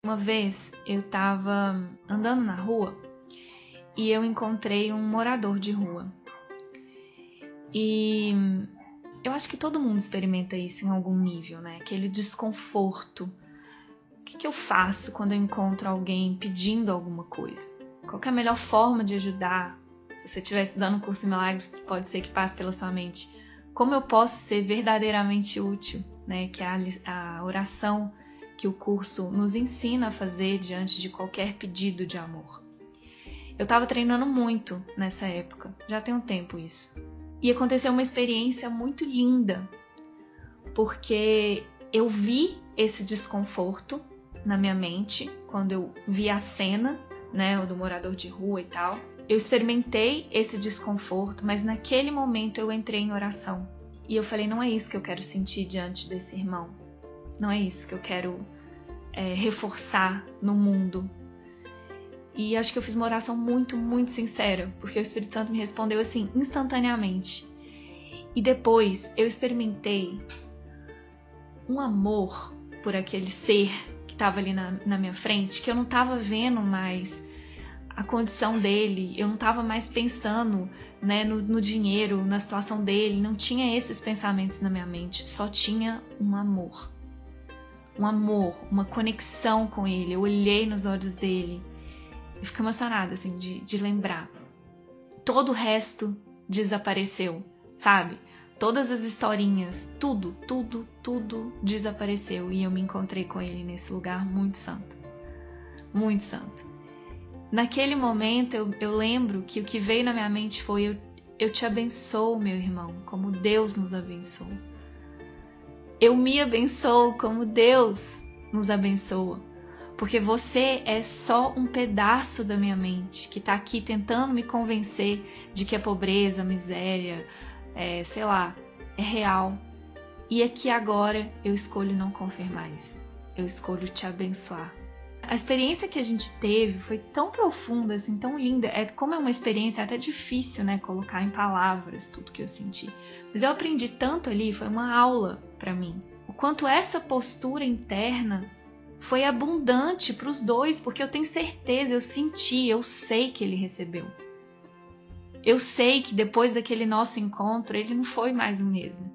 Uma vez eu tava andando na rua e eu encontrei um morador de rua. E eu acho que todo mundo experimenta isso em algum nível, né? Aquele desconforto. O que eu faço quando eu encontro alguém pedindo alguma coisa? Qual que é a melhor forma de ajudar? Se você estiver estudando um curso de milagres, pode ser que passe pela sua mente. Como eu posso ser verdadeiramente útil, né? Que é a oração que o curso nos ensina a fazer diante de qualquer pedido de amor. Eu estava treinando muito nessa época, já tem um tempo isso. E aconteceu uma experiência muito linda, porque eu vi esse desconforto na minha mente, quando eu vi a cena, né, do morador de rua e tal. Eu experimentei esse desconforto, mas naquele momento eu entrei em oração. E eu falei, não é isso que eu quero sentir diante desse irmão. Não é isso que eu quero reforçar no mundo. E acho que eu fiz uma oração muito, muito sincera, porque o Espírito Santo me respondeu assim, instantaneamente. E depois eu experimentei um amor por aquele ser que estava ali na minha frente, que eu não estava vendo mais a condição dele, eu não estava mais pensando, né, no dinheiro, na situação dele, não tinha esses pensamentos na minha mente, só tinha um amor. Um amor, uma conexão com ele. Eu olhei nos olhos dele e fiquei emocionada, assim, de lembrar. Todo o resto desapareceu, sabe? Todas as historinha, tudo desapareceu e eu me encontrei com ele nesse lugar muito santo. Muito santo. Naquele momento eu lembro que o que veio na minha mente foi eu te abençoo, meu irmão, como Deus nos abençoa. Eu me abençoo como Deus nos abençoa. Porque você é só um pedaço da minha mente que está aqui tentando me convencer de que a pobreza, a miséria, sei lá, é real. E aqui agora eu escolho não confiar mais. Eu escolho te abençoar. A experiência que a gente teve foi tão profunda, assim, tão linda. Como é uma experiência até difícil, né, colocar em palavras tudo que eu senti. Mas eu aprendi tanto ali, foi uma aula para mim. O quanto essa postura interna foi abundante para os dois, porque eu tenho certeza, eu senti, eu sei que ele recebeu. Eu sei que depois daquele nosso encontro, ele não foi mais o mesmo.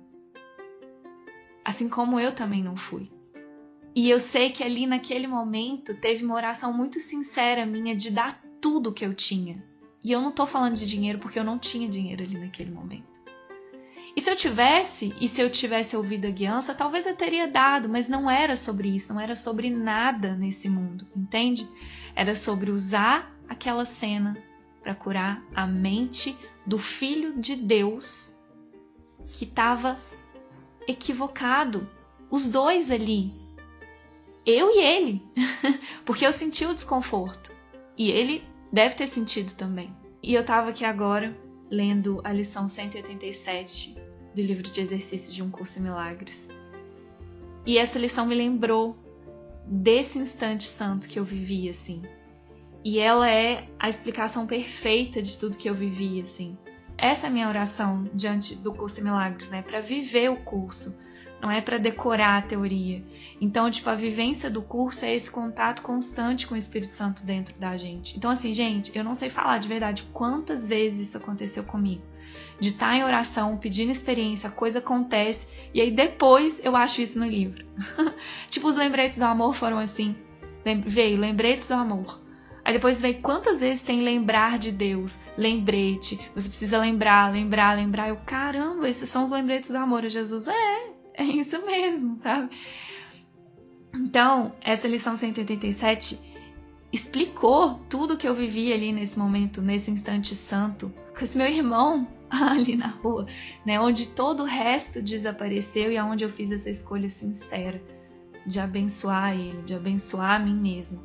Assim como eu também não fui. E eu sei que ali naquele momento teve uma oração muito sincera minha de dar tudo que eu tinha. E eu não tô falando de dinheiro porque eu não tinha dinheiro ali naquele momento. E se eu tivesse ouvido a guiança, talvez eu teria dado, mas não era sobre isso, não era sobre nada nesse mundo, entende? Era sobre usar aquela cena para curar a mente do Filho de Deus que estava equivocado. Os dois ali. Eu e ele, porque eu senti o desconforto e ele deve ter sentido também. E eu tava aqui agora lendo a lição 187 do livro de exercícios de um curso em milagres. E essa lição me lembrou desse instante santo que eu vivi, assim. E ela é a explicação perfeita de tudo que eu vivi, assim. Essa é a minha oração diante do curso em milagres, né? Para viver o curso. Não é para decorar a teoria. Então, a vivência do curso é esse contato constante com o Espírito Santo dentro da gente. Então, assim, gente, eu não sei falar de verdade quantas vezes isso aconteceu comigo. De estar em oração, pedindo experiência, a coisa acontece, e aí depois eu acho isso no livro. Tipo, os lembretes do amor foram assim. Veio lembretes do amor. Aí depois veio quantas vezes tem lembrar de Deus, lembrete, você precisa lembrar. Eu, caramba, esses são os lembretes do amor. E Jesus, é isso mesmo, sabe? Então, essa lição 187 explicou tudo que eu vivi ali nesse momento, nesse instante santo, com esse meu irmão ali na rua, né? Onde todo o resto desapareceu e aonde eu fiz essa escolha sincera de abençoar ele, de abençoar a mim mesma.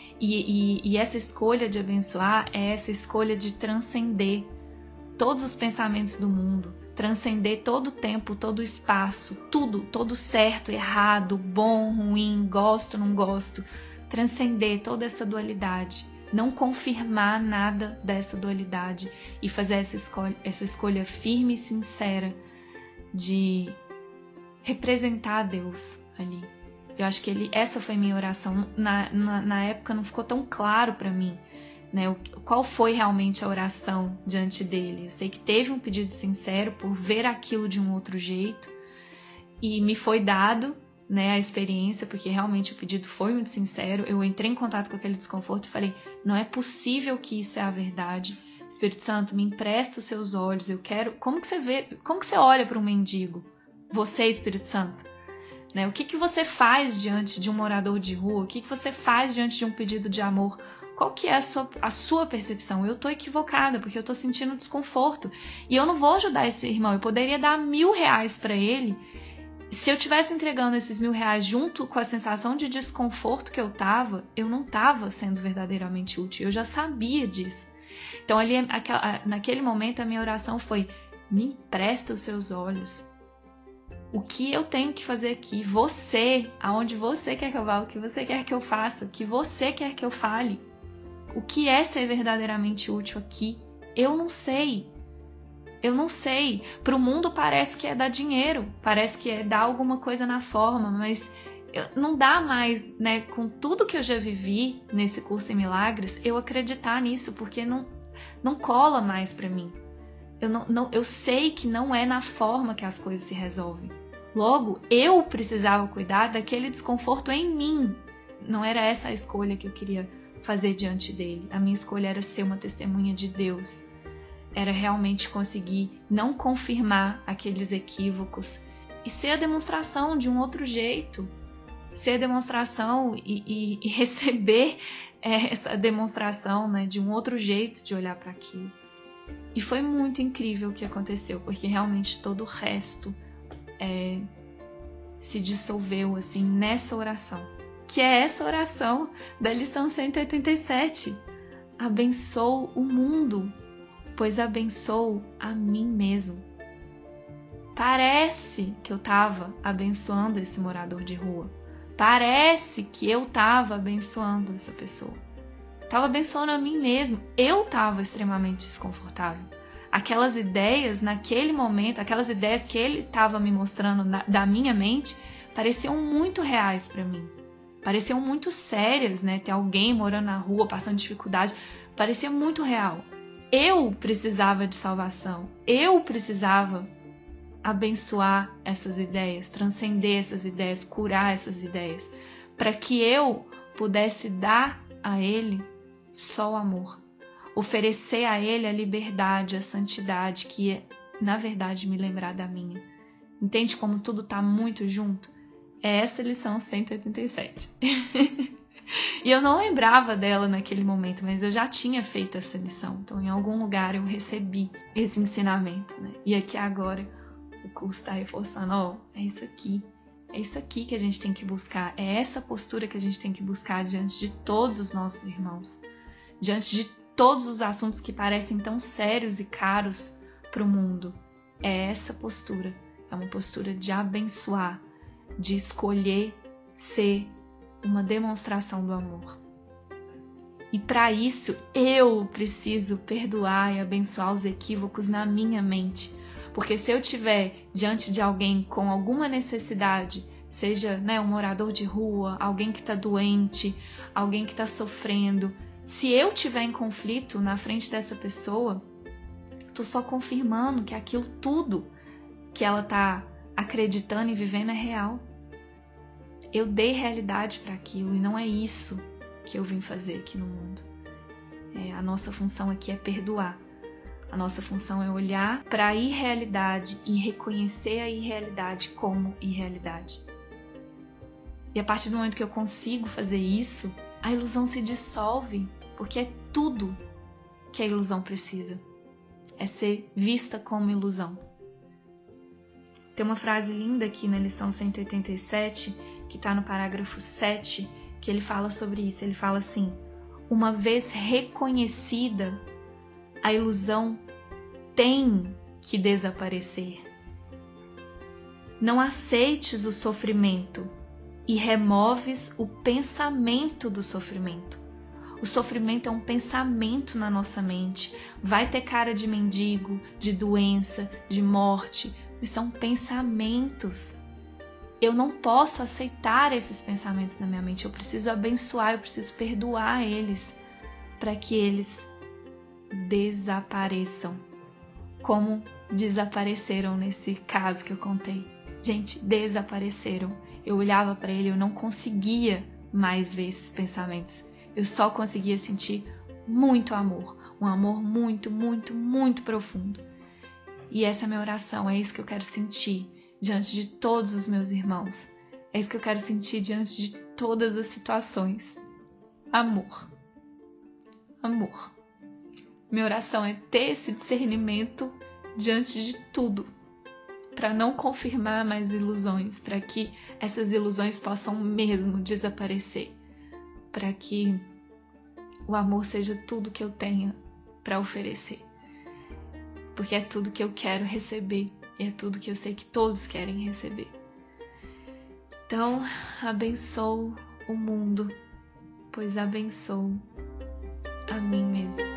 E essa escolha de abençoar é essa escolha de transcender todos os pensamentos do mundo, transcender todo o tempo, todo o espaço, tudo, todo certo, errado, bom, ruim, gosto, não gosto, transcender toda essa dualidade, não confirmar nada dessa dualidade e fazer essa escolha firme e sincera de representar Deus ali, Eu acho que essa foi minha oração. Na época não ficou tão claro para mim, né, qual foi realmente a oração diante dele. Eu sei que teve um pedido sincero por ver aquilo de um outro jeito e me foi dado, né, a experiência, porque realmente o pedido foi muito sincero. Eu entrei em contato com aquele desconforto e falei, não é possível que isso é a verdade. Espírito Santo, me empresta os seus olhos, eu quero... Como que você olha para um mendigo? Você, Espírito Santo, né? O que você faz diante de um morador de rua? O que você faz diante de um pedido de amor? Qual que é a sua percepção? Eu tô equivocada, porque eu tô sentindo desconforto. E eu não vou ajudar esse irmão. Eu poderia dar R$1.000 para ele. Se eu tivesse entregando esses R$1.000 junto com a sensação de desconforto que eu não tava sendo verdadeiramente útil. Eu já sabia disso. Então, naquele momento, a minha oração foi, me empresta os seus olhos. O que eu tenho que fazer aqui? Você, aonde você quer que eu vá, o que você quer que eu faça, o que você quer que eu fale. O que é ser verdadeiramente útil aqui? Eu não sei. Eu não sei. Para o mundo parece que é dar dinheiro, parece que é dar alguma coisa na forma, mas não dá mais, né, com tudo que eu já vivi nesse curso em milagres, eu acreditar nisso, porque não cola mais para mim. Eu sei que não é na forma que as coisas se resolvem. Logo, eu precisava cuidar daquele desconforto em mim. Não era essa a escolha que eu queria fazer diante dele. A minha escolha era ser uma testemunha de Deus. Era realmente conseguir não confirmar aqueles equívocos e ser a demonstração de um outro jeito. Ser a demonstração e receber essa demonstração, né, de um outro jeito de olhar para aquilo. E foi muito incrível o que aconteceu, porque realmente todo o resto se dissolveu assim nessa oração, que é essa oração da lição 187. Abençoo o mundo, pois abençoo a mim mesmo. Parece que eu estava abençoando esse morador de rua. Parece que eu estava abençoando essa pessoa. Estava abençoando a mim mesmo. Eu estava extremamente desconfortável. Aquelas ideias, naquele momento, aquelas ideias que ele estava me mostrando da minha mente, pareciam muito reais para mim. Pareciam muito sérias, né? Ter alguém morando na rua, passando dificuldade. Parecia muito real. Eu precisava de salvação. Eu precisava abençoar essas ideias, transcender essas ideias, curar essas ideias, para que eu pudesse dar a ele só o amor, oferecer a ele a liberdade, a santidade, que é, na verdade, me lembrar da minha. Entende como tudo está muito junto? É essa lição 187. E eu não lembrava dela naquele momento, mas eu já tinha feito essa lição. Então, em algum lugar eu recebi esse ensinamento, né? E aqui agora o curso está reforçando, é isso aqui que a gente tem que buscar, é essa postura que a gente tem que buscar diante de todos os nossos irmãos, diante de todos os assuntos que parecem tão sérios e caros para o mundo. É essa postura, é uma postura de abençoar, de escolher ser uma demonstração do amor. E para isso, eu preciso perdoar e abençoar os equívocos na minha mente. Porque se eu estiver diante de alguém com alguma necessidade, seja, né, um morador de rua, alguém que está doente, alguém que está sofrendo, se eu estiver em conflito na frente dessa pessoa, estou só confirmando que aquilo tudo que ela está acreditando e vivendo é real. Eu dei realidade para aquilo e não é isso que eu vim fazer aqui no mundo. A nossa função aqui é perdoar. A nossa função é olhar para a irrealidade e reconhecer a irrealidade como irrealidade. E a partir do momento que eu consigo fazer isso, a ilusão se dissolve, porque é tudo que a ilusão precisa. É ser vista como ilusão. Tem uma frase linda aqui na lição 187, que está no parágrafo 7, que ele fala sobre isso. Ele fala assim: uma vez reconhecida, a ilusão tem que desaparecer. Não aceites o sofrimento e removes o pensamento do sofrimento. O sofrimento é um pensamento na nossa mente. Vai ter cara de mendigo, de doença, de morte, mas são pensamentos. eu não posso aceitar esses pensamentos na minha mente. Eu preciso abençoar, eu preciso perdoar eles para que eles desapareçam, como desapareceram nesse caso que eu contei. Gente, desapareceram. Eu olhava para ele, eu não conseguia mais ver esses pensamentos. Eu só conseguia sentir muito amor, um amor muito, muito, muito profundo. E essa é a minha oração, é isso que eu quero sentir diante de todos os meus irmãos. É isso que eu quero sentir diante de todas as situações. Amor. Amor. Minha oração é ter esse discernimento diante de tudo, para não confirmar mais ilusões, para que essas ilusões possam mesmo desaparecer, para que o amor seja tudo que eu tenha para oferecer, porque é tudo que eu quero receber, e é tudo que eu sei que todos querem receber. Então, abençoo o mundo, pois abençoo a mim mesma.